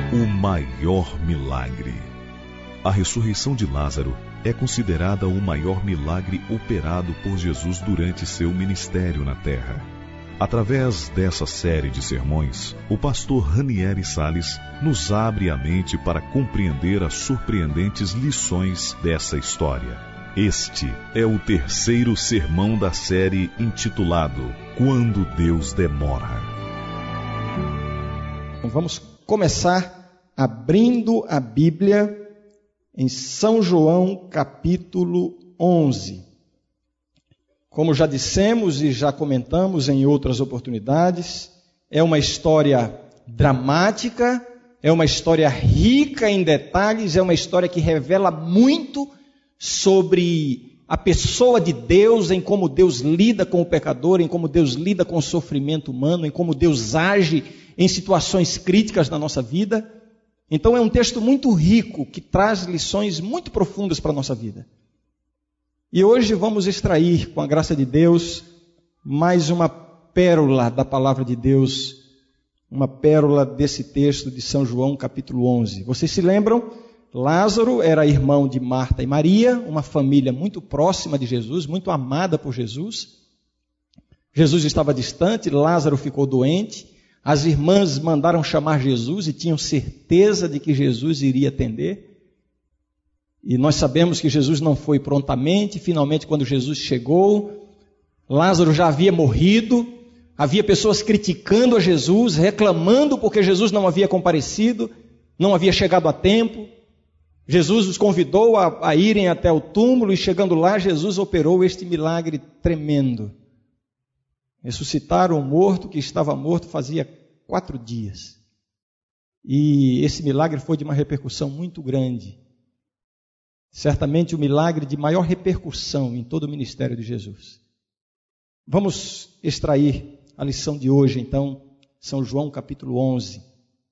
O maior milagre. A ressurreição de Lázaro é considerada o maior milagre operado por Jesus durante seu ministério na terra. Através dessa série de sermões, o pastor Ranieri Salles nos abre a mente para compreender as surpreendentes lições dessa história. Este é o terceiro sermão da série intitulado Quando Deus Demora. Vamos começar abrindo a Bíblia em São João, capítulo 11. Como já dissemos e já comentamos em outras oportunidades, é uma história dramática, é uma história rica em detalhes, é uma história que revela muito sobre a pessoa de Deus, em como Deus lida com o pecador, em como Deus lida com o sofrimento humano, em como Deus age em situações críticas na nossa vida. Então é um texto muito rico, que traz lições muito profundas para a nossa vida. E hoje vamos extrair, com a graça de Deus, mais uma pérola da palavra de Deus, uma pérola desse texto de São João, capítulo 11. Vocês se lembram? Lázaro era irmão de Marta e Maria, uma família muito próxima de Jesus, muito amada por Jesus. Jesus estava distante, Lázaro ficou doente. As irmãs mandaram chamar Jesus e tinham certeza de que Jesus iria atender. E nós sabemos que Jesus não foi prontamente. Finalmente, quando Jesus chegou, Lázaro já havia morrido. Havia pessoas criticando a Jesus, reclamando porque Jesus não havia comparecido, não havia chegado a tempo. Jesus os convidou a irem até o túmulo e chegando lá, Jesus operou este milagre tremendo. Ressuscitaram o morto que estava morto fazia 4 dias. E esse milagre foi de uma repercussão muito grande. Certamente o milagre de maior repercussão em todo o ministério de Jesus. Vamos extrair a lição de hoje, então, São João capítulo 11.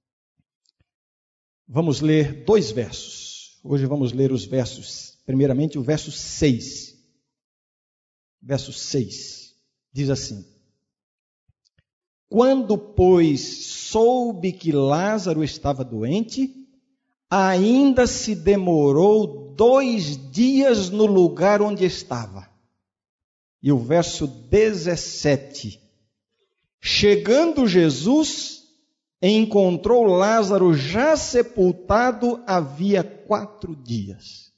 Vamos ler 2 versos. Hoje vamos ler os versos, primeiramente o verso 6. Verso 6 diz assim: Quando, pois, soube que Lázaro estava doente, ainda se demorou 2 dias no lugar onde estava. E o verso 17. Chegando Jesus, encontrou Lázaro já sepultado havia 4 dias.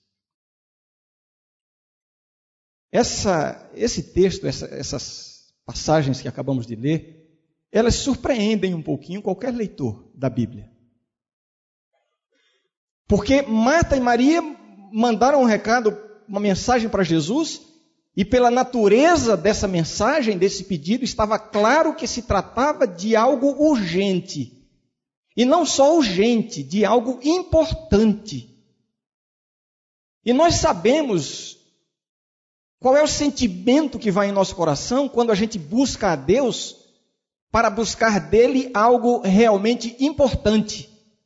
Esse texto, essas passagens que acabamos de ler, elas surpreendem um pouquinho qualquer leitor da Bíblia. Porque Marta e Maria mandaram um recado, uma mensagem para Jesus, e pela natureza dessa mensagem, desse pedido, estava claro que se tratava de algo urgente. E não só urgente, de algo importante. E nós sabemos qual é o sentimento que vai em nosso coração quando a gente busca a Deus para buscar dele algo realmente importante.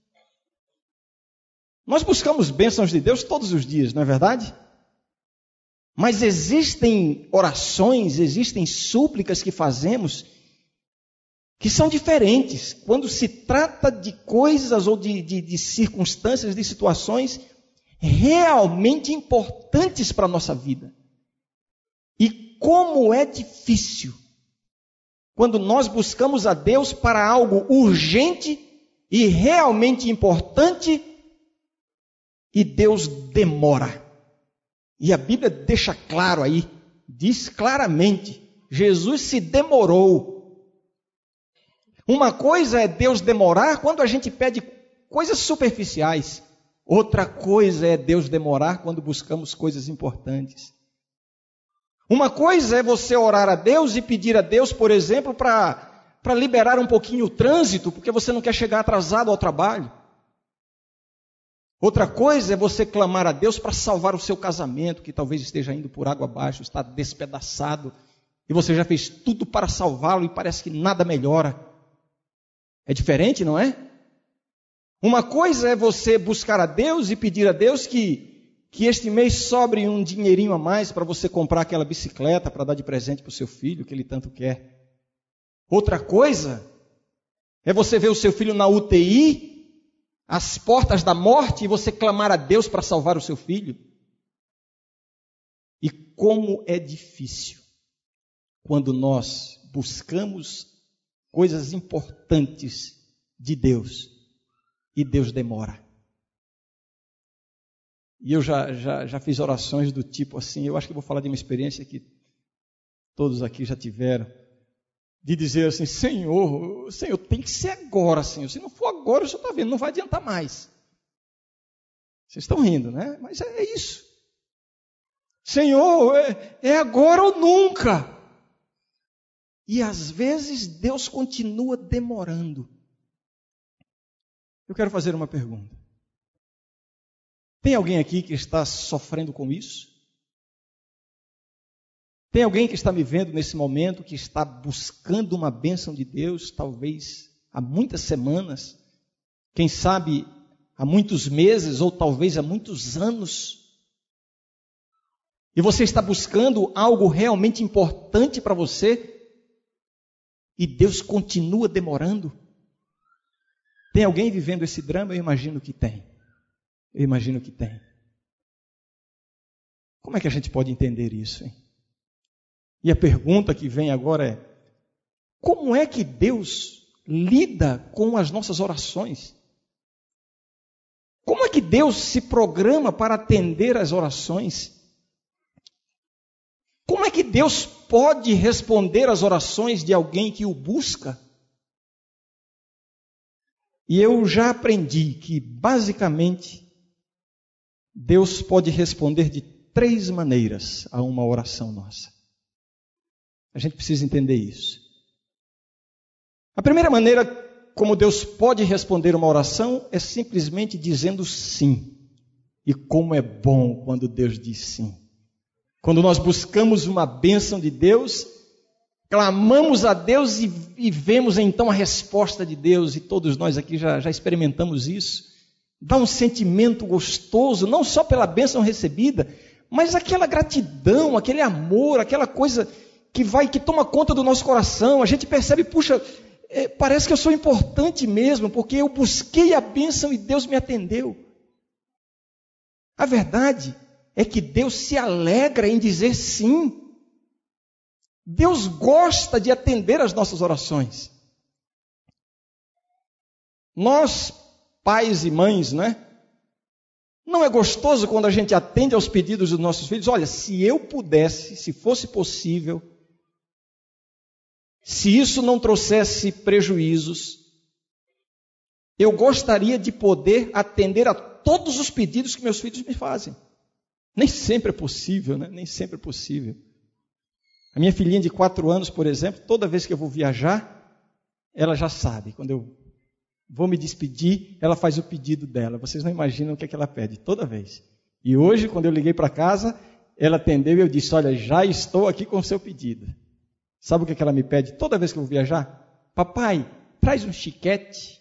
Nós buscamos bênçãos de Deus todos os dias, não é verdade? Mas existem orações, existem súplicas que fazemos que são diferentes. Quando se trata de coisas ou de circunstâncias, de situações realmente importantes para a nossa vida. E como é difícil quando nós buscamos a Deus para algo urgente e realmente importante, e Deus demora. E a Bíblia deixa claro aí, diz claramente, Jesus se demorou. Uma coisa é Deus demorar quando a gente pede coisas superficiais. Outra coisa é Deus demorar quando buscamos coisas importantes. Uma coisa é você orar a Deus e pedir a Deus, por exemplo, para liberar um pouquinho o trânsito, porque você não quer chegar atrasado ao trabalho. Outra coisa é você clamar a Deus para salvar o seu casamento, que talvez esteja indo por água abaixo, está despedaçado, e você já fez tudo para salvá-lo e parece que nada melhora. É diferente, não é? Uma coisa é você buscar a Deus e pedir a Deus que este mês sobre um dinheirinho a mais para você comprar aquela bicicleta para dar de presente para o seu filho, que ele tanto quer. Outra coisa é você ver o seu filho na UTI às portas da morte e você clamar a Deus para salvar o seu filho? E como é difícil quando nós buscamos coisas importantes de Deus e Deus demora. E eu já fiz orações do tipo assim, eu acho que vou falar de uma experiência que todos aqui já tiveram, de dizer assim, Senhor, tem que ser agora, Senhor. Se não for agora, o Senhor está vendo, não vai adiantar mais. Vocês estão rindo, né? Mas é isso. Senhor, é agora ou nunca. E às vezes Deus continua demorando. Eu quero fazer uma pergunta. Tem alguém aqui que está sofrendo com isso? Tem alguém que está me vendo nesse momento, que está buscando uma bênção de Deus, talvez há muitas semanas, quem sabe há muitos meses, ou talvez há muitos anos, e você está buscando algo realmente importante para você, e Deus continua demorando? Tem alguém vivendo esse drama? Eu imagino que tem. Eu imagino que tem. Como é que a gente pode entender isso, hein? E a pergunta que vem agora é: como é que Deus lida com as nossas orações? Como é que Deus se programa para atender às orações? Como é que Deus pode responder às orações de alguém que o busca? E eu já aprendi que, basicamente, Deus pode responder de 3 maneiras a uma oração nossa. A gente precisa entender isso. A primeira maneira como Deus pode responder uma oração é simplesmente dizendo sim. E como é bom quando Deus diz sim. Quando nós buscamos uma bênção de Deus, clamamos a Deus e vemos então a resposta de Deus, e todos nós aqui já experimentamos isso. Dá um sentimento gostoso, não só pela bênção recebida, mas aquela gratidão, aquele amor, aquela coisa que toma conta do nosso coração. A gente percebe, puxa, parece que eu sou importante mesmo, porque eu busquei a bênção e Deus me atendeu. A verdade é que Deus se alegra em dizer sim. Deus gosta de atender às nossas orações. Nós, pais e mães, né? Não é gostoso quando a gente atende aos pedidos dos nossos filhos? Olha, se eu pudesse, se fosse possível, se isso não trouxesse prejuízos, eu gostaria de poder atender a todos os pedidos que meus filhos me fazem. Nem sempre é possível, né? Nem sempre é possível. A minha filhinha de 4 anos, por exemplo, toda vez que eu vou viajar, ela já sabe. Quando eu vou me despedir, ela faz o pedido dela. Vocês não imaginam o que é que ela pede, toda vez. E hoje, quando eu liguei para casa, ela atendeu e eu disse, olha, já estou aqui com o seu pedido. Sabe o que é que ela me pede toda vez que eu vou viajar? Papai, traz um chiclete.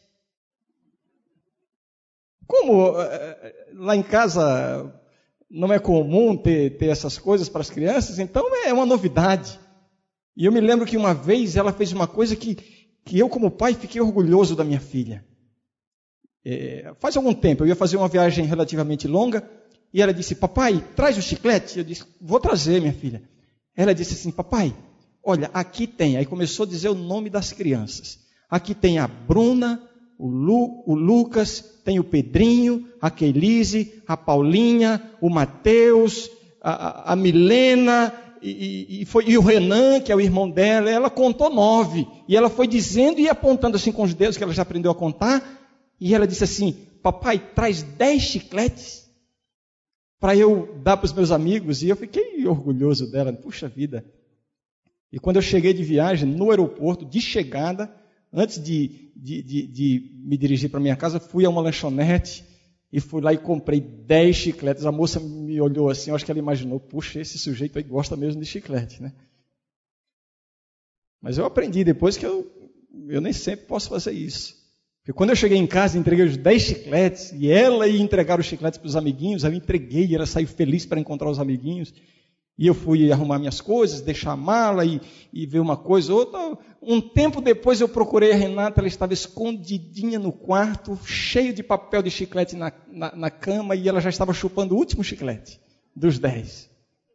Como lá em casa não é comum ter essas coisas para as crianças, então é uma novidade. E eu me lembro que uma vez ela fez uma coisa que eu, como pai, fiquei orgulhoso da minha filha. Faz algum tempo, eu ia fazer uma viagem relativamente longa, e ela disse, papai, traz o chiclete. Eu disse, vou trazer, minha filha. Ela disse assim, papai, olha, aqui tem. Aí começou a dizer o nome das crianças. Aqui tem a Bruna, o Lucas, tem o Pedrinho, a Keilise, a Paulinha, o Mateus, a Milena, e o Renan, que é o irmão dela. Ela contou 9. E ela foi dizendo e apontando assim com os dedos, que ela já aprendeu a contar. E ela disse assim, papai, traz 10 chicletes para eu dar para os meus amigos. E eu fiquei orgulhoso dela. Puxa vida. E quando eu cheguei de viagem, no aeroporto, de chegada, antes de me dirigir para minha casa, fui a uma lanchonete e fui lá e comprei 10 chicletes. A moça me olhou assim, eu acho que ela imaginou, puxa, esse sujeito aí gosta mesmo de chiclete, né? Mas eu aprendi depois que eu nem sempre posso fazer isso. Porque quando eu cheguei em casa, entreguei os 10 chicletes, e ela ia entregar os chicletes para os amiguinhos, eu entreguei, e ela saiu feliz para encontrar os amiguinhos. E eu fui arrumar minhas coisas, deixar a mala e ver uma coisa ou outra. Um tempo depois eu procurei a Renata, ela estava escondidinha no quarto, cheio de papel de chiclete na cama, e ela já estava chupando o último chiclete dos 10.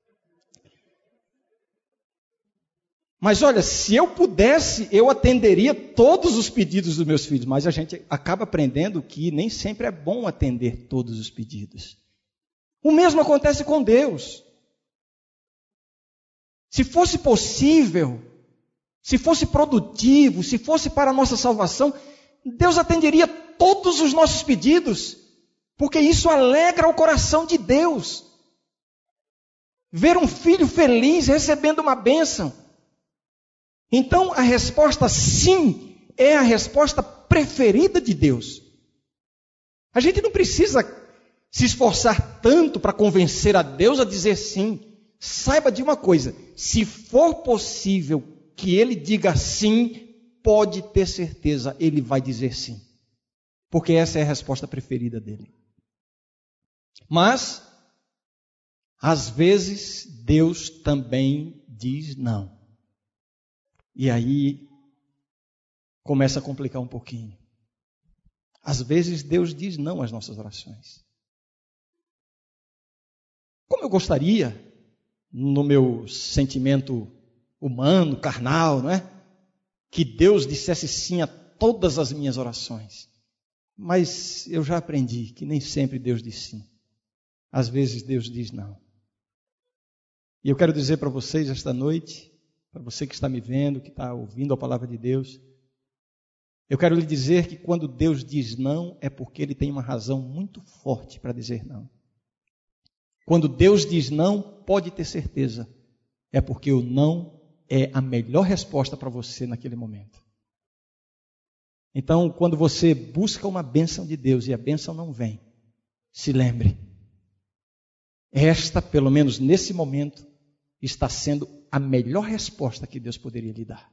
Mas olha, se eu pudesse, eu atenderia todos os pedidos dos meus filhos, mas a gente acaba aprendendo que nem sempre é bom atender todos os pedidos. O mesmo acontece com Deus. Se fosse possível, se fosse produtivo, se fosse para a nossa salvação, Deus atenderia todos os nossos pedidos, porque isso alegra o coração de Deus. Ver um filho feliz recebendo uma bênção. Então, a resposta sim é a resposta preferida de Deus. A gente não precisa se esforçar tanto para convencer a Deus a dizer sim. Saiba de uma coisa, se for possível que Ele diga sim, pode ter certeza, Ele vai dizer sim. Porque essa é a resposta preferida dEle. Mas, às vezes, Deus também diz não. E aí, começa a complicar um pouquinho. Às vezes, Deus diz não às nossas orações. Como eu gostaria, no meu sentimento humano, carnal, não é? Que Deus dissesse sim a todas as minhas orações. Mas eu já aprendi que nem sempre Deus diz sim. Às vezes Deus diz não. E eu quero dizer para vocês esta noite, para você que está me vendo, que está ouvindo a palavra de Deus, eu quero lhe dizer que quando Deus diz não, é porque Ele tem uma razão muito forte para dizer não. Quando Deus diz não, pode ter certeza, é porque o não é a melhor resposta para você naquele momento. Então, quando você busca uma bênção de Deus e a bênção não vem, se lembre, esta, pelo menos nesse momento, está sendo a melhor resposta que Deus poderia lhe dar.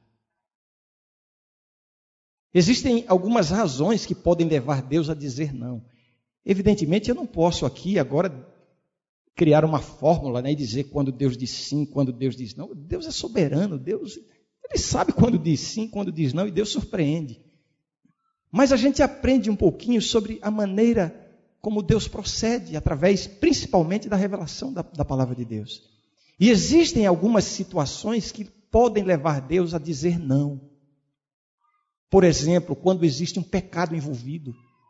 Existem algumas razões que podem levar Deus a dizer não. Evidentemente, eu não posso aqui agora criar uma fórmula, né, e dizer quando Deus diz sim, quando Deus diz não. Deus é soberano, Deus, Ele sabe quando diz sim, quando diz não, e Deus surpreende. Mas a gente aprende um pouquinho sobre a maneira como Deus procede, através principalmente da revelação da palavra de Deus. E existem algumas situações que podem levar Deus a dizer não. Por exemplo, quando existe um pecado envolvido.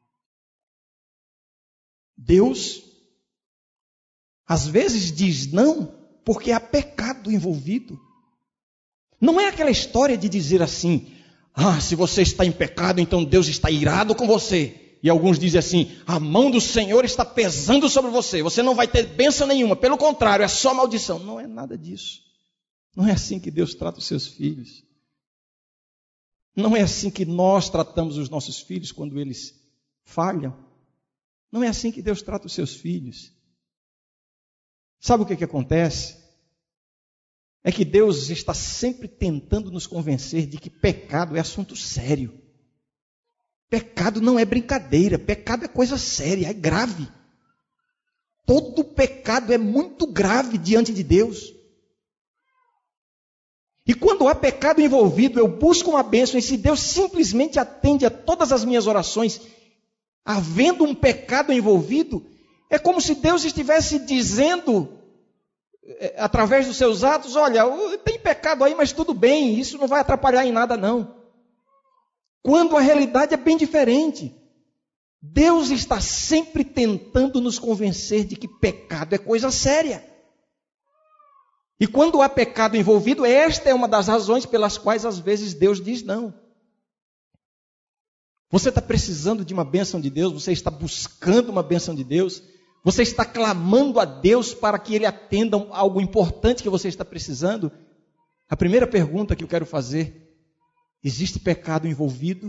Deus, às vezes, diz não porque há pecado envolvido. Não é aquela história de dizer assim, se você está em pecado, então Deus está irado com você. E alguns dizem assim, a mão do Senhor está pesando sobre você, você não vai ter bênção nenhuma, pelo contrário, é só maldição. Não é nada disso. Não é assim que Deus trata os seus filhos. Não é assim que nós tratamos os nossos filhos quando eles falham. Não é assim que Deus trata os seus filhos. Sabe o que acontece? É que Deus está sempre tentando nos convencer de que pecado é assunto sério. Pecado não é brincadeira, pecado é coisa séria, é grave. Todo pecado é muito grave diante de Deus. E quando há pecado envolvido, eu busco uma bênção, e se Deus simplesmente atende a todas as minhas orações, havendo um pecado envolvido, é como se Deus estivesse dizendo, através dos seus atos, olha, tem pecado aí, mas tudo bem, isso não vai atrapalhar em nada não. Quando a realidade é bem diferente. Deus está sempre tentando nos convencer de que pecado é coisa séria. E quando há pecado envolvido, esta é uma das razões pelas quais às vezes Deus diz não. Você está precisando de uma bênção de Deus, você está buscando uma bênção de Deus, você está clamando a Deus para que Ele atenda algo importante que você está precisando. A primeira pergunta que eu quero fazer: existe pecado envolvido?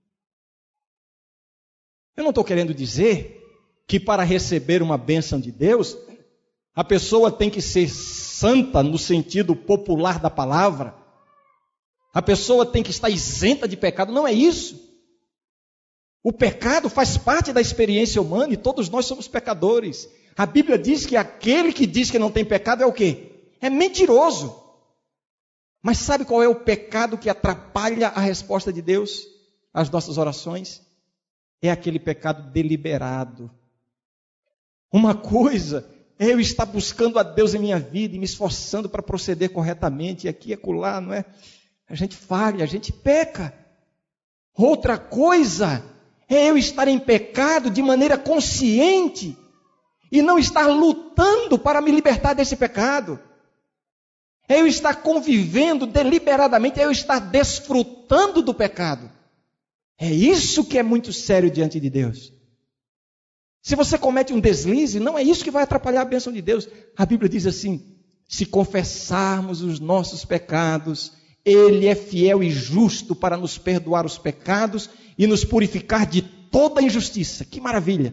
Eu não estou querendo dizer que para receber uma bênção de Deus, a pessoa tem que ser santa no sentido popular da palavra. A pessoa tem que estar isenta de pecado. Não é isso. O pecado faz parte da experiência humana e todos nós somos pecadores. A Bíblia diz que aquele que diz que não tem pecado é o quê? É mentiroso. Mas sabe qual é o pecado que atrapalha a resposta de Deus às nossas orações? É aquele pecado deliberado. Uma coisa é eu estar buscando a Deus em minha vida e me esforçando para proceder corretamente, e aqui e acolá, não é? A gente falha, a gente peca. Outra coisa é eu estar em pecado de maneira consciente e não estar lutando para me libertar desse pecado. É eu estar convivendo deliberadamente, é eu estar desfrutando do pecado. É isso que é muito sério diante de Deus. Se você comete um deslize, não é isso que vai atrapalhar a bênção de Deus. A Bíblia diz assim: se confessarmos os nossos pecados, Ele é fiel e justo para nos perdoar os pecados e nos purificar de toda injustiça. Que maravilha!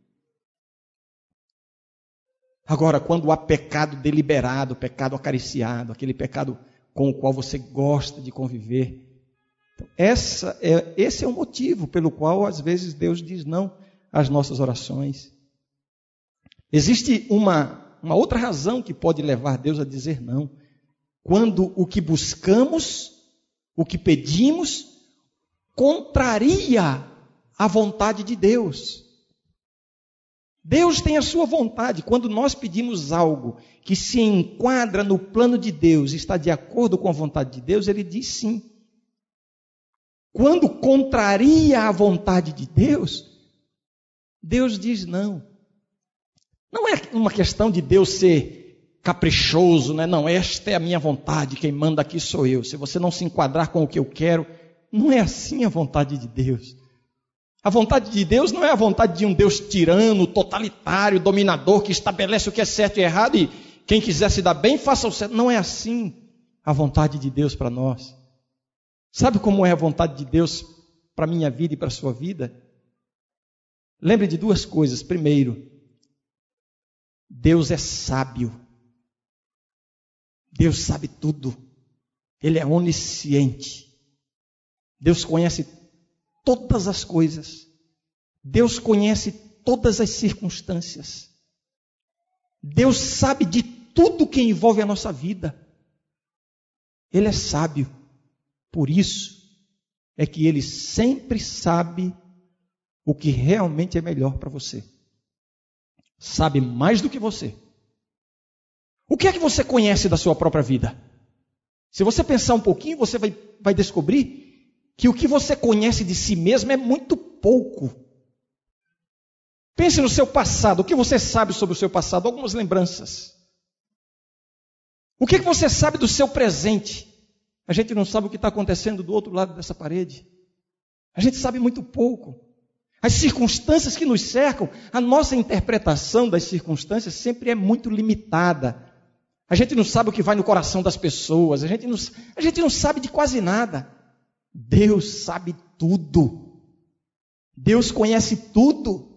Agora, quando há pecado deliberado, pecado acariciado, aquele pecado com o qual você gosta de conviver, então, esse é o motivo pelo qual às vezes Deus diz não às nossas orações. Existe uma outra razão que pode levar Deus a dizer não. Quando o que buscamos, o que pedimos, contraria a vontade de Deus. Deus tem a sua vontade. Quando nós pedimos algo que se enquadra no plano de Deus, está de acordo com a vontade de Deus, Ele diz sim. Quando contraria a vontade de Deus, Deus diz não. Não é uma questão de Deus ser caprichoso, né? Não, esta é a minha vontade, quem manda aqui sou eu. Se você não se enquadrar com o que eu quero, não é assim a vontade de Deus. A vontade de Deus não é a vontade de um Deus tirano, totalitário, dominador, que estabelece o que é certo e errado e quem quiser se dar bem, faça o certo. Não é assim a vontade de Deus para nós. Sabe como é a vontade de Deus para a minha vida e para a sua vida? Lembre de duas coisas. Primeiro, Deus é sábio. Deus sabe tudo. Ele é onisciente. Deus conhece todas as coisas. Deus conhece todas as circunstâncias. Deus sabe de tudo que envolve a nossa vida. Ele é sábio. Por isso é que Ele sempre sabe o que realmente é melhor para você. Sabe mais do que você. O que é que você conhece da sua própria vida? Se você pensar um pouquinho, você vai descobrir que o que você conhece de si mesmo é muito pouco. Pense no seu passado. O que você sabe sobre o seu passado? Algumas lembranças. O que você sabe do seu presente? A gente não sabe o que está acontecendo do outro lado dessa parede. A gente sabe muito pouco. As circunstâncias que nos cercam, a nossa interpretação das circunstâncias sempre é muito limitada. A gente não sabe o que vai no coração das pessoas. A gente não sabe de quase nada. Deus sabe tudo. Deus conhece tudo.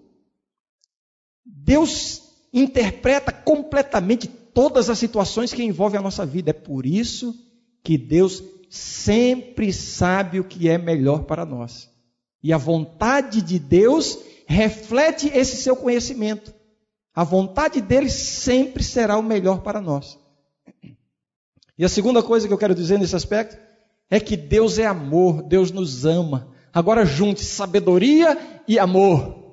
Deus interpreta completamente todas as situações que envolvem a nossa vida. É por isso que Deus sempre sabe o que é melhor para nós. E a vontade de Deus reflete esse seu conhecimento. A vontade dele sempre será o melhor para nós. E a segunda coisa que eu quero dizer nesse aspecto é que Deus é amor, Deus nos ama. Agora junte sabedoria e amor.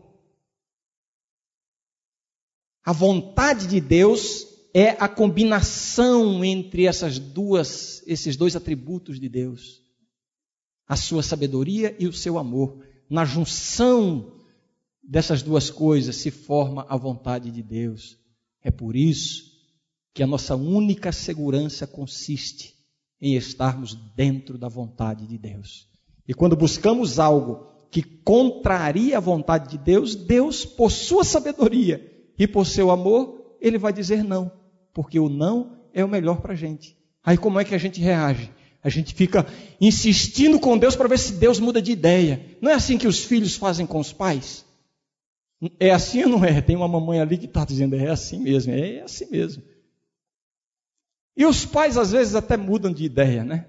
A vontade de Deus é a combinação entre esses dois atributos de Deus. A sua sabedoria e o seu amor. Na junção dessas duas coisas se forma a vontade de Deus. É por isso que a nossa única segurança consiste em estarmos dentro da vontade de Deus. E quando buscamos algo que contraria a vontade de Deus, Deus, por sua sabedoria e por seu amor, Ele vai dizer não. Porque o não é o melhor para a gente. Aí como é que a gente reage? A gente fica insistindo com Deus para ver se Deus muda de ideia. Não é assim que os filhos fazem com os pais? É assim ou não é? Tem uma mamãe ali que está dizendo, é assim mesmo, é assim mesmo. E os pais às vezes até mudam de ideia, né?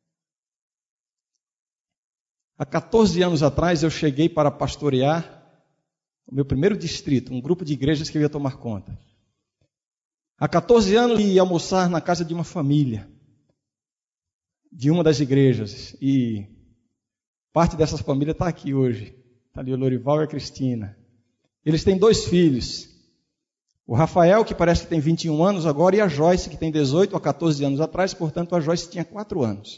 Há 14 anos atrás eu cheguei para pastorear o meu primeiro distrito, um grupo de igrejas que eu ia tomar conta. Há 14 anos ia almoçar na casa de uma família, de uma das igrejas, e parte dessa família está aqui hoje. Está ali o Lorival e a Cristina. Eles têm 2 filhos. O Rafael, que parece que tem 21 anos agora, e a Joyce, que tem 18 a 14 anos atrás, portanto a Joyce tinha 4 anos.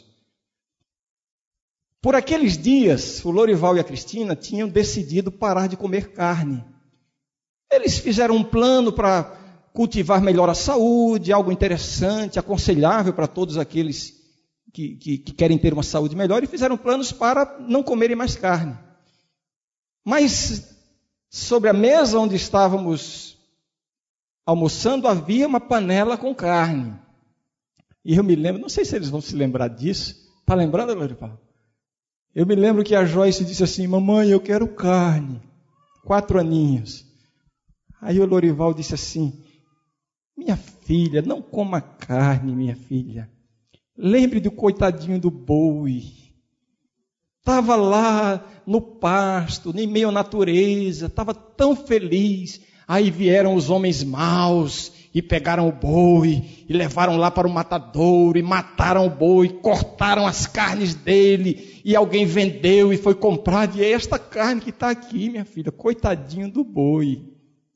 Por aqueles dias, o Lorival e a Cristina tinham decidido parar de comer carne. Eles fizeram um plano para cultivar melhor a saúde, algo interessante, aconselhável para todos aqueles que querem ter uma saúde melhor, e fizeram planos para não comerem mais carne. Mas sobre a mesa onde estávamos almoçando havia uma panela com carne. E eu me lembro, não sei se eles vão se lembrar disso. Está lembrando, Lorival? Eu me lembro que a Joyce disse assim: mamãe, eu quero carne. 4 aninhos. Aí o Lorival disse assim: minha filha, não coma carne, minha filha. Lembre do coitadinho do boi. Estava lá no pasto, em meio à natureza, estava tão feliz. Aí vieram os homens maus e pegaram o boi e levaram lá para o matadouro e mataram o boi, cortaram as carnes dele e alguém vendeu e foi comprado. E é esta carne que está aqui, minha filha, coitadinho do boi.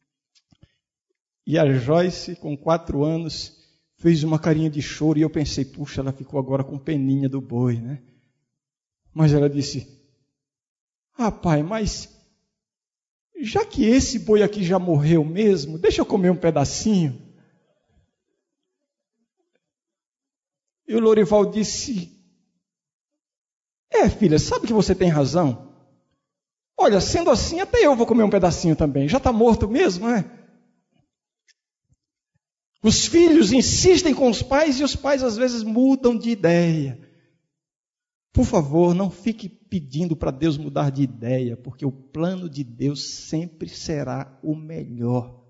E a Joyce, com 4 anos, fez uma carinha de choro e eu pensei, puxa, ela ficou agora com peninha do boi, né? Mas ela disse: ah, pai, mas já que esse boi aqui já morreu mesmo, deixa eu comer um pedacinho. E o Lorival disse: filha, sabe que você tem razão? Olha, sendo assim, até eu vou comer um pedacinho também. Já está morto mesmo, né? Os filhos insistem com os pais e os pais às vezes mudam de ideia. Por favor, não fique pedindo para Deus mudar de ideia, porque o plano de Deus sempre será o melhor.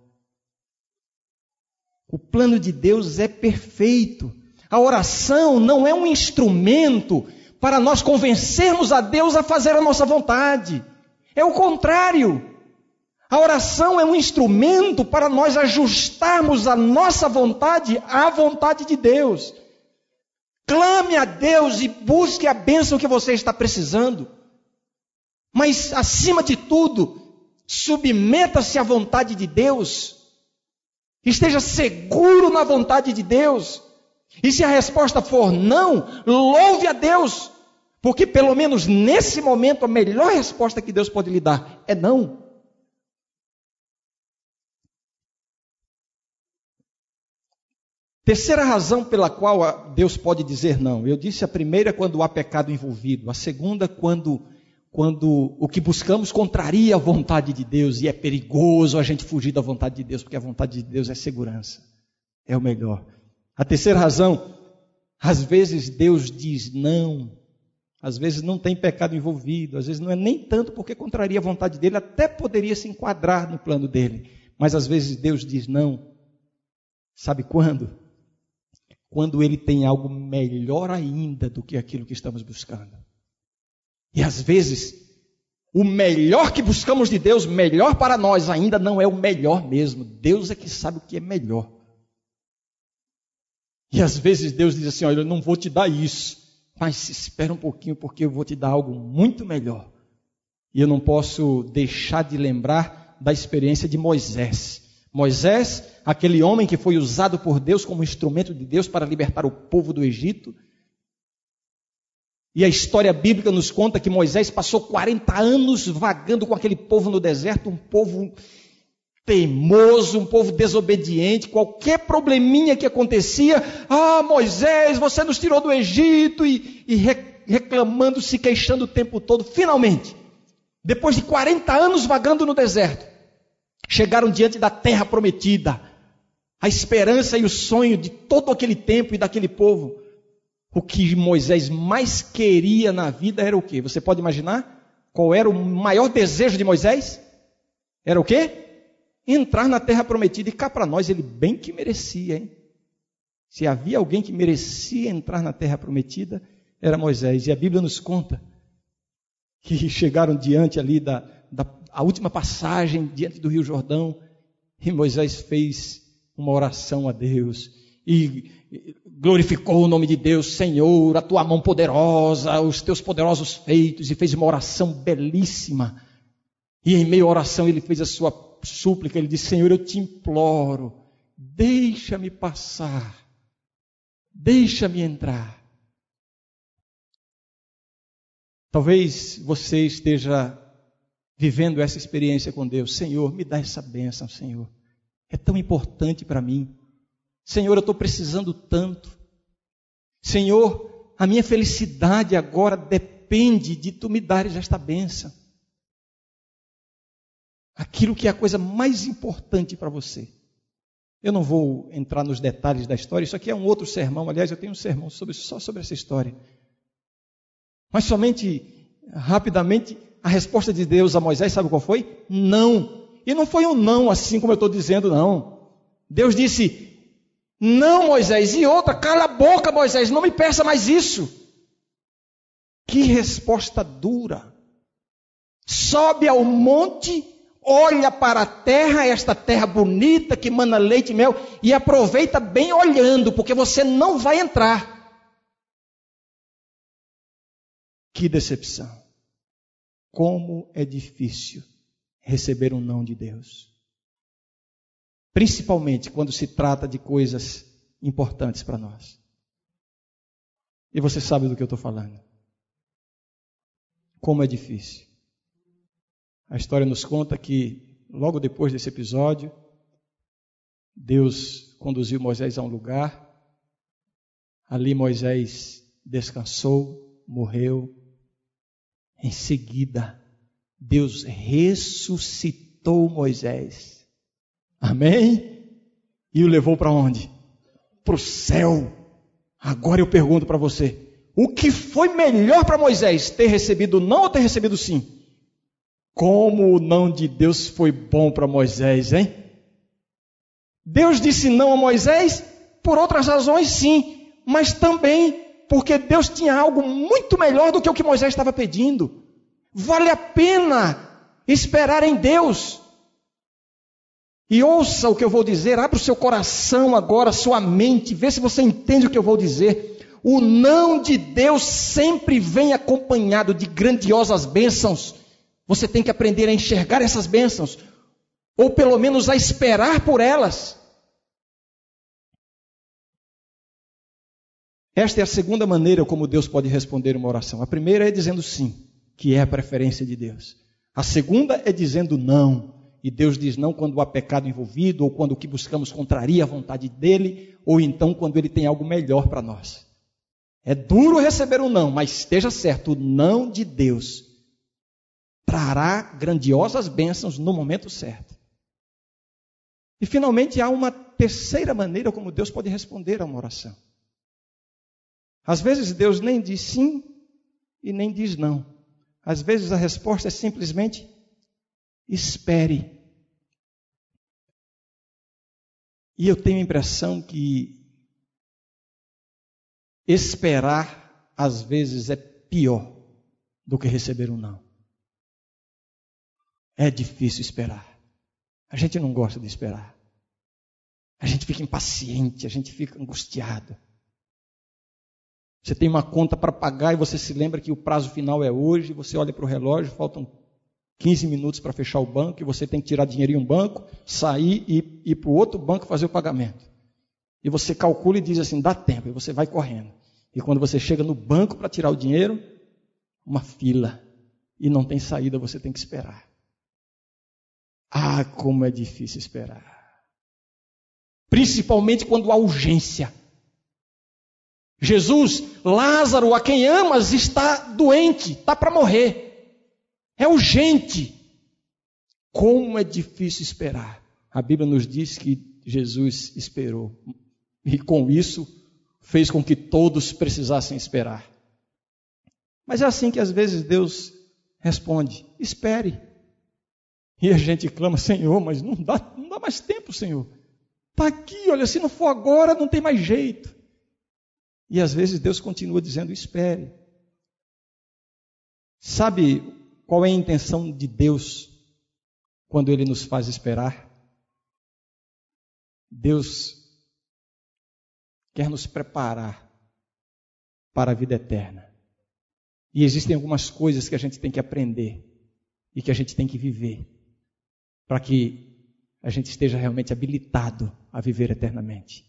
O plano de Deus é perfeito. A oração não é um instrumento para nós convencermos a Deus a fazer a nossa vontade. É o contrário. A oração é um instrumento para nós ajustarmos a nossa vontade à vontade de Deus. Clame a Deus e busque a bênção que você está precisando. Mas, acima de tudo, submeta-se à vontade de Deus. Esteja seguro na vontade de Deus. E se a resposta for não, louve a Deus. Porque pelo menos nesse momento a melhor resposta que Deus pode lhe dar é não. Terceira razão pela qual Deus pode dizer não. Eu disse a primeira, quando há pecado envolvido. A segunda, quando o que buscamos contraria a vontade de Deus. E é perigoso a gente fugir da vontade de Deus, porque a vontade de Deus é segurança. É o melhor. A terceira razão, às vezes Deus diz não. Às vezes não tem pecado envolvido. Às vezes não é nem tanto porque contraria a vontade dele. Até poderia se enquadrar no plano dele. Mas às vezes Deus diz não. Sabe quando? Quando Ele tem algo melhor ainda do que aquilo que estamos buscando. E às vezes, o melhor que buscamos de Deus, melhor para nós, ainda não é o melhor mesmo. Deus é que sabe o que é melhor. E às vezes Deus diz assim: olha, eu não vou te dar isso, mas espera um pouquinho, porque eu vou te dar algo muito melhor. E eu não posso deixar de lembrar da experiência de Moisés. Moisés, aquele homem que foi usado por Deus como instrumento de Deus para libertar o povo do Egito. E a história bíblica nos conta que Moisés passou 40 anos vagando com aquele povo no deserto, um povo teimoso, um povo desobediente. Qualquer probleminha que acontecia, Moisés, você nos tirou do Egito, e reclamando, se queixando o tempo todo. Finalmente, depois de 40 anos vagando no deserto, chegaram diante da terra prometida, a esperança e o sonho de todo aquele tempo e daquele povo. O que Moisés mais queria na vida era o quê? Você pode imaginar? Qual era o maior desejo de Moisés? Era o quê? Entrar na terra prometida. E cá para nós, ele bem que merecia, hein? Se havia alguém que merecia entrar na terra prometida, era Moisés. E a Bíblia nos conta que chegaram diante ali a última passagem diante do Rio Jordão, e Moisés fez uma oração a Deus e glorificou o nome de Deus, Senhor, a tua mão poderosa, os teus poderosos feitos, e fez uma oração belíssima. E em meio à oração ele fez a sua súplica, ele disse: Senhor, eu te imploro, deixa-me passar, deixa-me entrar. Talvez você esteja vivendo essa experiência com Deus. Senhor, me dá essa bênção, Senhor. É tão importante para mim. Senhor, eu estou precisando tanto. Senhor, a minha felicidade agora depende de Tu me dares esta bênção. Aquilo que é a coisa mais importante para você. Eu não vou entrar nos detalhes da história, isso aqui é um outro sermão. Aliás, eu tenho um sermão só sobre essa história. Mas somente, rapidamente, a resposta de Deus a Moisés, sabe qual foi? Não. E não foi um não assim como eu estou dizendo, não. Deus disse: não, Moisés. E outra, cala a boca, Moisés, não me peça mais isso. Que resposta dura. Sobe ao monte, olha para a terra, esta terra bonita que mana leite e mel, e aproveita bem olhando, porque você não vai entrar. Que decepção. Como é difícil receber um não de Deus. Principalmente quando se trata de coisas importantes para nós. E você sabe do que eu estou falando. Como é difícil. A história nos conta que, logo depois desse episódio, Deus conduziu Moisés a um lugar. Ali Moisés descansou, morreu. Em seguida, Deus ressuscitou Moisés. Amém? E o levou para onde? Para o céu. Agora eu pergunto para você: o que foi melhor para Moisés? Ter recebido não ou ter recebido sim? Como o não de Deus foi bom para Moisés, hein? Deus disse não a Moisés por outras razões, sim, mas também porque Deus tinha algo muito melhor do que o que Moisés estava pedindo. Vale a pena esperar em Deus. E ouça o que eu vou dizer, abra o seu coração agora, sua mente, vê se você entende o que eu vou dizer. O não de Deus sempre vem acompanhado de grandiosas bênçãos. Você tem que aprender a enxergar essas bênçãos, ou pelo menos a esperar por elas. Esta é a segunda maneira como Deus pode responder uma oração. A primeira é dizendo sim, que é a preferência de Deus. A segunda é dizendo não. E Deus diz não quando há pecado envolvido, ou quando o que buscamos contraria a vontade dEle, ou então quando Ele tem algo melhor para nós. É duro receber um não, mas esteja certo, o não de Deus trará grandiosas bênçãos no momento certo. E finalmente há uma terceira maneira como Deus pode responder a uma oração. Às vezes Deus nem diz sim e nem diz não. Às vezes a resposta é simplesmente espere. E eu tenho a impressão que esperar às vezes é pior do que receber um não. É difícil esperar. A gente não gosta de esperar. A gente fica impaciente, a gente fica angustiado. Você tem uma conta para pagar e você se lembra que o prazo final é hoje, você olha para o relógio, faltam 15 minutos para fechar o banco, e você tem que tirar dinheiro em um banco, sair e ir para o outro banco fazer o pagamento. E você calcula e diz assim, dá tempo, e você vai correndo. E quando você chega no banco para tirar o dinheiro, uma fila, e não tem saída, você tem que esperar. Ah, como é difícil esperar. Principalmente quando há urgência. Jesus, Lázaro, a quem amas, está doente, está para morrer. É urgente. Como é difícil esperar. A Bíblia nos diz que Jesus esperou. E com isso, fez com que todos precisassem esperar. Mas é assim que às vezes Deus responde, espere. E a gente clama, Senhor, mas não dá mais tempo, Senhor. Está aqui, olha, se não for agora, não tem mais jeito. E às vezes Deus continua dizendo, espere. Sabe qual é a intenção de Deus quando Ele nos faz esperar? Deus quer nos preparar para a vida eterna. E existem algumas coisas que a gente tem que aprender e que a gente tem que viver para que a gente esteja realmente habilitado a viver eternamente.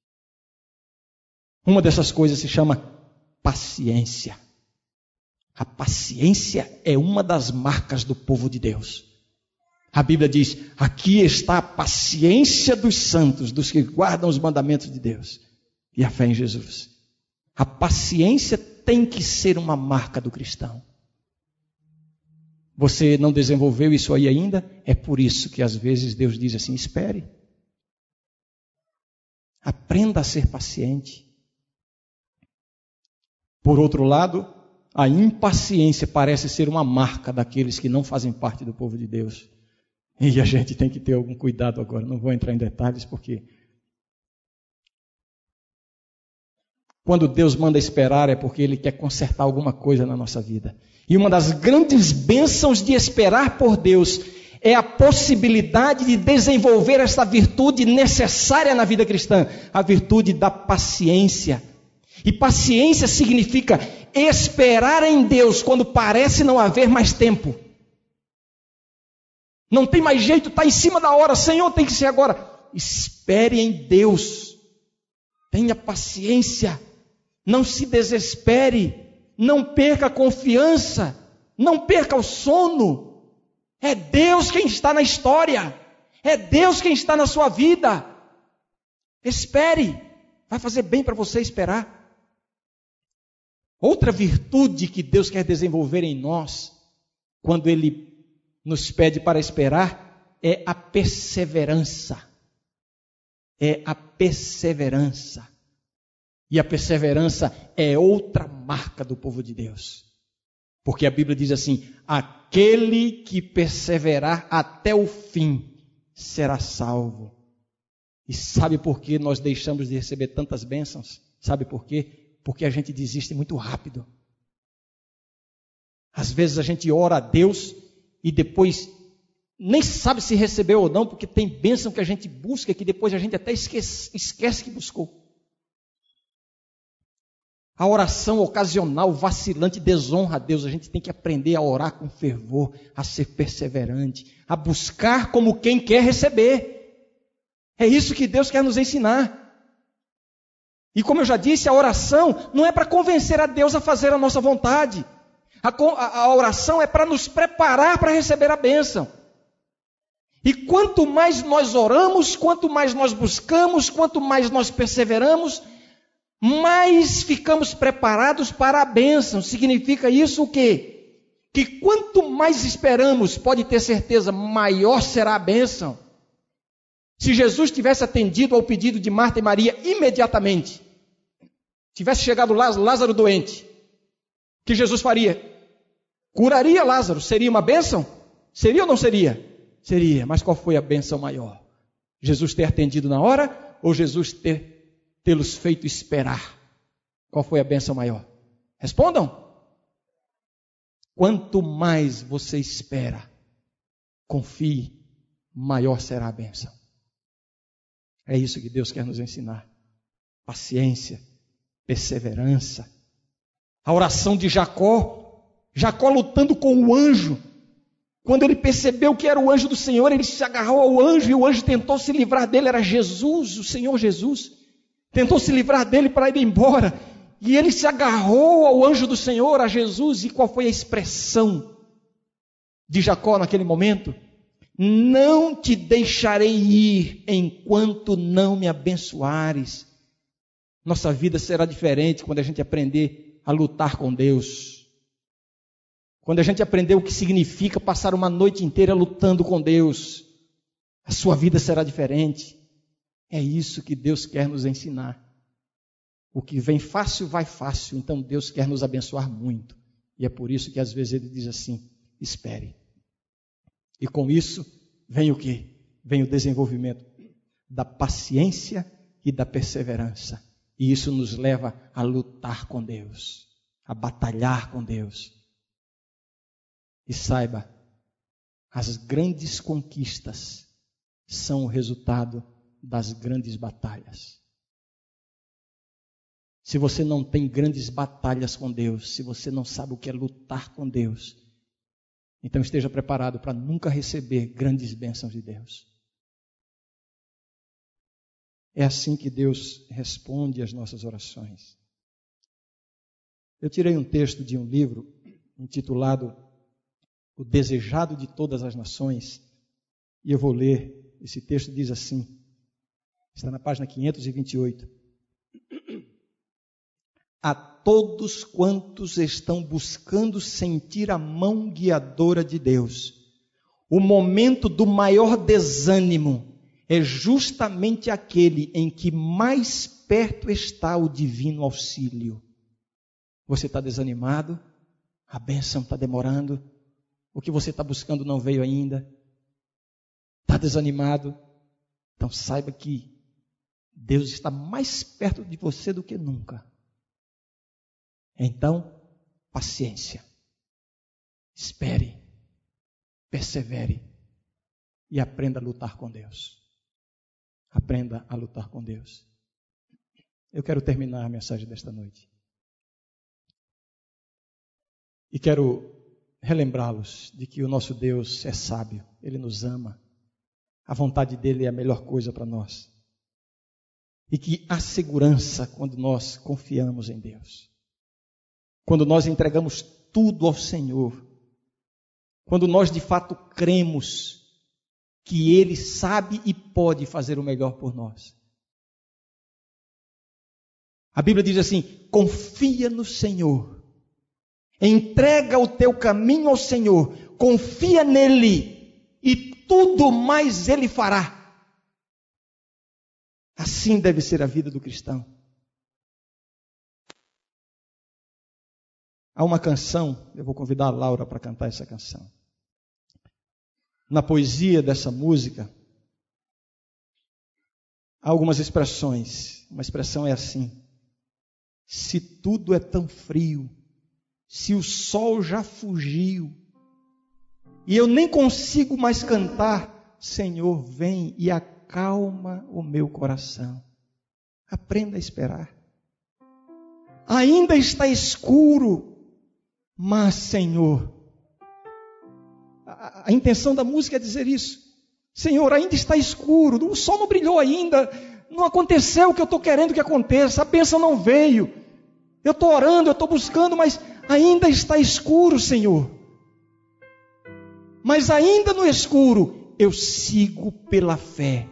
Uma dessas coisas se chama paciência. A paciência é uma das marcas do povo de Deus. A Bíblia diz: aqui está a paciência dos santos, dos que guardam os mandamentos de Deus e a fé em Jesus. A paciência tem que ser uma marca do cristão. Você não desenvolveu isso aí ainda? É por isso que às vezes Deus diz assim: espere. Aprenda a ser paciente. Por outro lado, a impaciência parece ser uma marca daqueles que não fazem parte do povo de Deus. E a gente tem que ter algum cuidado agora. Não vou entrar em detalhes porque quando Deus manda esperar é porque Ele quer consertar alguma coisa na nossa vida. E uma das grandes bênçãos de esperar por Deus é a possibilidade de desenvolver essa virtude necessária na vida cristã, a virtude da paciência. E paciência significa esperar em Deus quando parece não haver mais tempo. Não tem mais jeito, está em cima da hora, Senhor, tem que ser agora. Espere em Deus. Tenha paciência. Não se desespere. Não perca a confiança. Não perca o sono. É Deus quem está na história. É Deus quem está na sua vida. Espere. Vai fazer bem para você esperar. Outra virtude que Deus quer desenvolver em nós, quando Ele nos pede para esperar, é a perseverança. É a perseverança. E a perseverança é outra marca do povo de Deus. Porque a Bíblia diz assim: aquele que perseverar até o fim será salvo. E sabe por que nós deixamos de receber tantas bênçãos? Sabe por quê? Porque a gente desiste muito rápido. Às vezes a gente ora a Deus e depois nem sabe se recebeu ou não, porque tem bênção que a gente busca que depois a gente até esquece que buscou. A oração ocasional, vacilante, desonra a Deus. A gente tem que aprender a orar com fervor, a ser perseverante, a buscar como quem quer receber. É isso que Deus quer nos ensinar. E como eu já disse, a oração não é para convencer a Deus a fazer a nossa vontade. A oração é para nos preparar para receber a bênção. E quanto mais nós oramos, quanto mais nós buscamos, quanto mais nós perseveramos, mais ficamos preparados para a bênção. Significa isso o quê? Que quanto mais esperamos, pode ter certeza, maior será a bênção. Se Jesus tivesse atendido ao pedido de Marta e Maria imediatamente, tivesse chegado Lázaro doente, o que Jesus faria? Curaria Lázaro. Seria uma bênção? Seria ou não seria? Seria. Mas qual foi a bênção maior? Jesus ter atendido na hora ou Jesus tê-los feito esperar? Qual foi a bênção maior? Respondam. Quanto mais você espera, confie, maior será a bênção. É isso que Deus quer nos ensinar. Paciência, perseverança. A oração de Jacó lutando com o anjo. Quando ele percebeu que era o anjo do Senhor, ele se agarrou ao anjo e o anjo tentou se livrar dele. Era Jesus, o Senhor Jesus. Tentou se livrar dele para ir embora. E ele se agarrou ao anjo do Senhor, a Jesus. E qual foi a expressão de Jacó naquele momento? Não te deixarei ir enquanto não me abençoares. Nossa vida será diferente quando a gente aprender a lutar com Deus. Quando a gente aprender o que significa passar uma noite inteira lutando com Deus, a sua vida será diferente. É isso que Deus quer nos ensinar. O que vem fácil, vai fácil. Então Deus quer nos abençoar muito. E é por isso que às vezes Ele diz assim: espere. E com isso vem o quê? Vem o desenvolvimento da paciência e da perseverança. E isso nos leva a lutar com Deus, a batalhar com Deus. E saiba, as grandes conquistas são o resultado das grandes batalhas. Se você não tem grandes batalhas com Deus, se você não sabe o que é lutar com Deus, então esteja preparado para nunca receber grandes bênçãos de Deus. É assim que Deus responde às nossas orações. Eu tirei um texto de um livro intitulado O Desejado de Todas as Nações, e eu vou ler. Esse texto diz assim, está na página 528. A todos quantos estão buscando sentir a mão guiadora de Deus, o momento do maior desânimo é justamente aquele em que mais perto está o divino auxílio. Você está desanimado? A bênção está demorando? O que você está buscando não veio ainda? Está desanimado? Então saiba que Deus está mais perto de você do que nunca. Então, paciência. Espere, persevere e aprenda a lutar com Deus. Aprenda a lutar com Deus. Eu quero terminar a mensagem desta noite. E quero relembrá-los de que o nosso Deus é sábio, Ele nos ama. A vontade dEle é a melhor coisa para nós. E que há segurança quando nós confiamos em Deus. Quando nós entregamos tudo ao Senhor. Quando nós de fato cremos que Ele sabe e pode fazer o melhor por nós. A Bíblia diz assim, confia no Senhor. Entrega o teu caminho ao Senhor. Confia nele e tudo mais Ele fará. Assim deve ser a vida do cristão. Há uma canção, eu vou convidar a Laura para cantar essa canção. Na poesia dessa música, há algumas expressões. Uma expressão é assim: se tudo é tão frio, se o sol já fugiu, e eu nem consigo mais cantar, Senhor, vem e acalma o meu coração. Aprenda a esperar. Ainda está escuro, mas, Senhor, a intenção da música é dizer isso. Senhor, ainda está escuro, o sol não brilhou ainda, não aconteceu o que eu estou querendo que aconteça, a bênção não veio. Eu estou orando, eu estou buscando, mas ainda está escuro, Senhor. Mas ainda no escuro, eu sigo pela fé.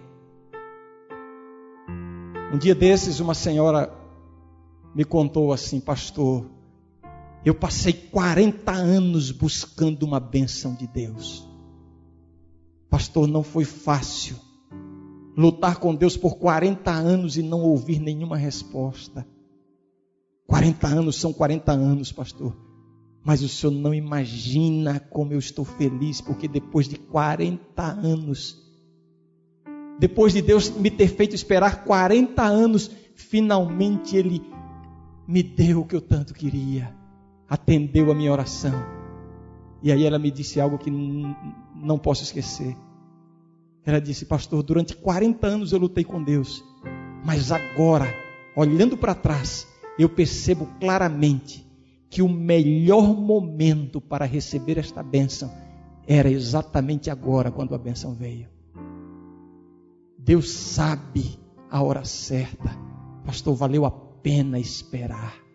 Um dia desses, uma senhora me contou assim, pastor, eu passei 40 anos buscando uma bênção de Deus. Pastor, não foi fácil lutar com Deus por 40 anos e não ouvir nenhuma resposta. 40 anos são 40 anos, pastor. Mas o senhor não imagina como eu estou feliz, porque depois de 40 anos, depois de Deus me ter feito esperar 40 anos, finalmente Ele me deu o que eu tanto queria. Atendeu a minha oração. E aí ela me disse algo que não posso esquecer. Ela disse, pastor, durante 40 anos eu lutei com Deus, mas agora, olhando para trás, eu percebo claramente que o melhor momento para receber esta bênção era exatamente agora, quando a bênção veio. Deus sabe a hora certa. Pastor, valeu a pena esperar.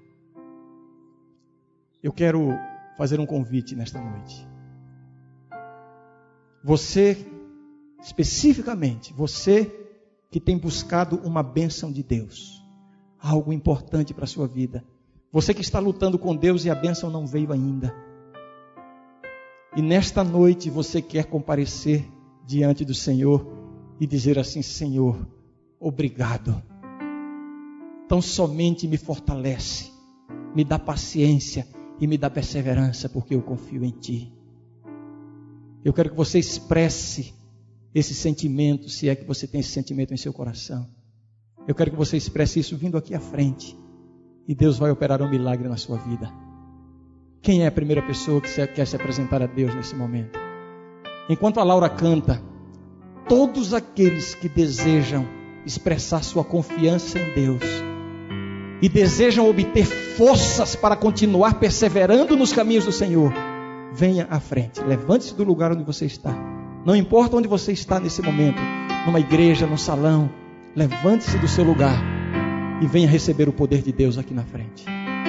Eu quero fazer um convite nesta noite. Você, especificamente, você que tem buscado uma bênção de Deus, algo importante para a sua vida. Você que está lutando com Deus e a bênção não veio ainda. E nesta noite você quer comparecer diante do Senhor e dizer assim, Senhor, obrigado. Tão somente me fortalece, me dá paciência e me dá perseverança, porque eu confio em Ti. Eu quero que você expresse esse sentimento, se é que você tem esse sentimento em seu coração. Eu quero que você expresse isso vindo aqui à frente, e Deus vai operar um milagre na sua vida. Quem é a primeira pessoa que quer se apresentar a Deus nesse momento? Enquanto a Laura canta, todos aqueles que desejam expressar sua confiança em Deus e desejam obter forças para continuar perseverando nos caminhos do Senhor, venha à frente, levante-se do lugar onde você está. Não importa onde você está nesse momento, numa igreja, num salão, levante-se do seu lugar e venha receber o poder de Deus aqui na frente.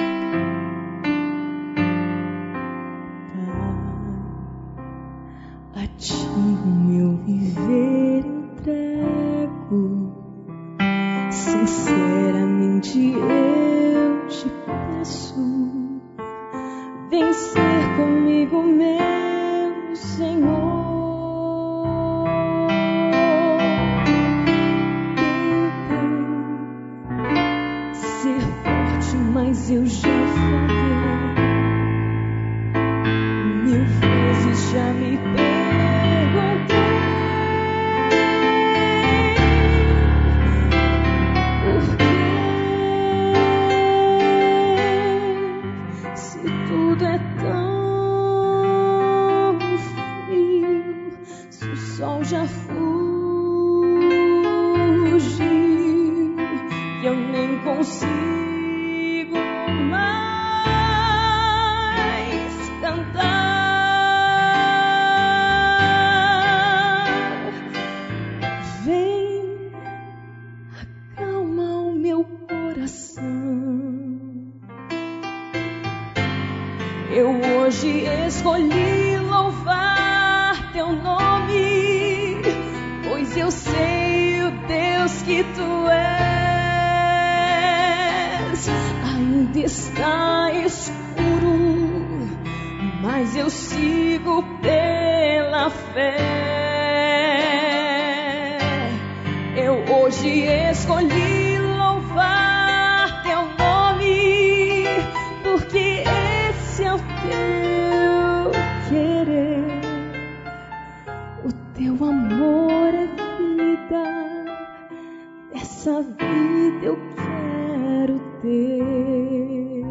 A ti meu viver entrego, sinceramente eu te peço, vem ser comigo, meu Senhor. Mas eu já falhei, 1000 vezes já me perguntei por quê, se tudo é tão frio, se o sol já fugiu e eu nem consigo mais cantar. Vem, acalma o meu coração. Eu hoje escolhi louvar teu nome, pois eu sei o Deus que tu és. Ainda está escuro, mas eu sigo pela fé. Eu hoje escolhi louvar teu nome, porque esse é o teu querer. O teu amor é vida, essa vida eu quero ter.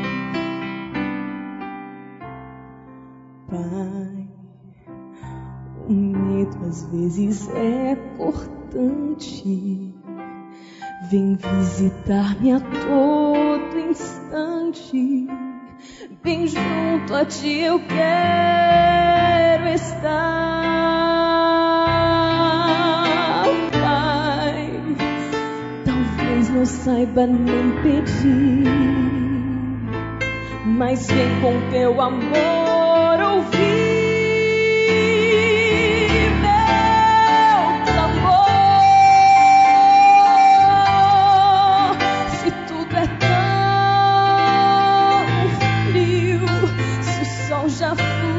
Pai, o medo às vezes é cortante, vem visitar-me a todo instante, bem junto a ti eu quero estar. Pai, talvez não saiba nem pedir, mas vem com teu amor ouvir meu clamor. Se tudo é tão frio, se o sol já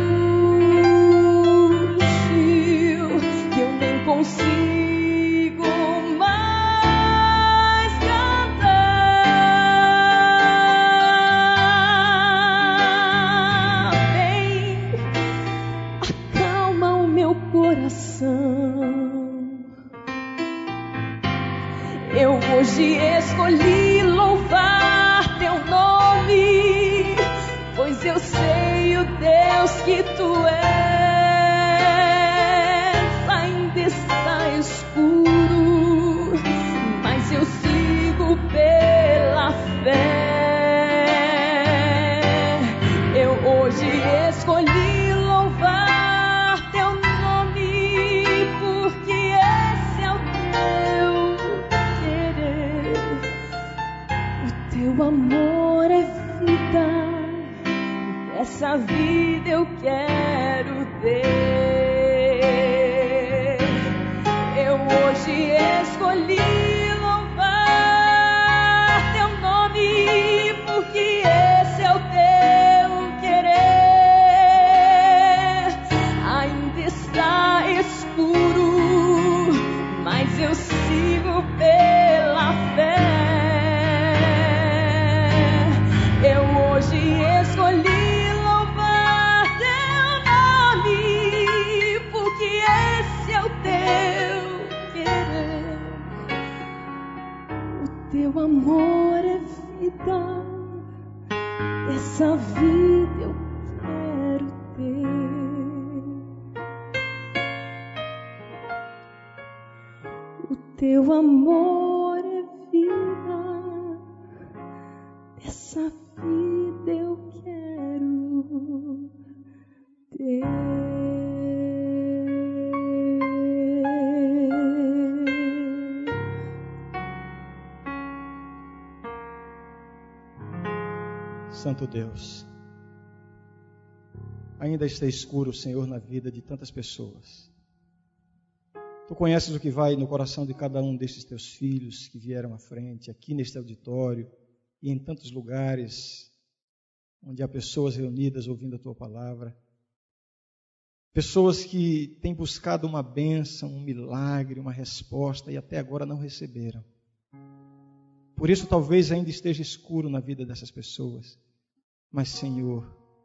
fugiu, que eu nem consigo mais cantar. Vem, acalma o meu coração. Eu hoje escolhi louvar teu nome, pois eu sei o Deus que tu és. Ainda está escuro, mas eu sigo pela fé. Eu hoje escolhi louvar teu nome, porque esse é o teu querer. O teu amor é vida, essa vida eu quero ter. Eu hoje escolhi louvar teu nome, porque esse é o teu querer. Ainda está escuro, mas eu sigo pela fé. Eu hoje escolhi louvar teu nome, porque esse é o teu querer. O teu amor é vida, essa vida eu quero ter. O teu amor é vida, dessa vida eu quero ter. Santo Deus, ainda está escuro, Senhor, na vida de tantas pessoas. Tu conheces o que vai no coração de cada um destes teus filhos que vieram à frente, aqui neste auditório e em tantos lugares onde há pessoas reunidas ouvindo a tua palavra. Pessoas que têm buscado uma bênção, um milagre, uma resposta e até agora não receberam. Por isso talvez ainda esteja escuro na vida dessas pessoas. Mas, Senhor,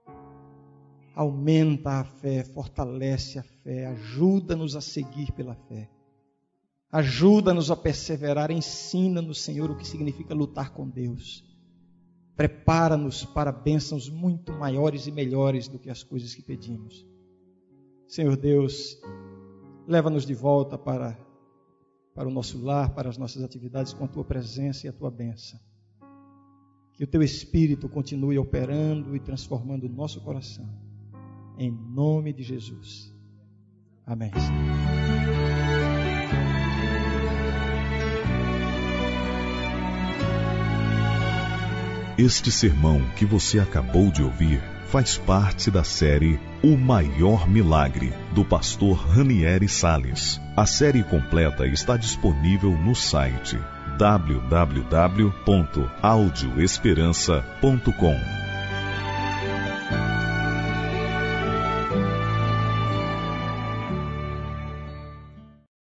aumenta a fé, fortalece a fé, ajuda-nos a seguir pela fé. Ajuda-nos a perseverar, ensina-nos, Senhor, o que significa lutar com Deus. Prepara-nos para bênçãos muito maiores e melhores do que as coisas que pedimos. Senhor Deus, leva-nos de volta para o nosso lar, para as nossas atividades com a Tua presença e a Tua bênção. Que o Teu Espírito continue operando e transformando o nosso coração. Em nome de Jesus. Amém. Este sermão que você acabou de ouvir faz parte da série O Maior Milagre, do pastor Ranieri Salles. A série completa está disponível no site www.audioesperança.com.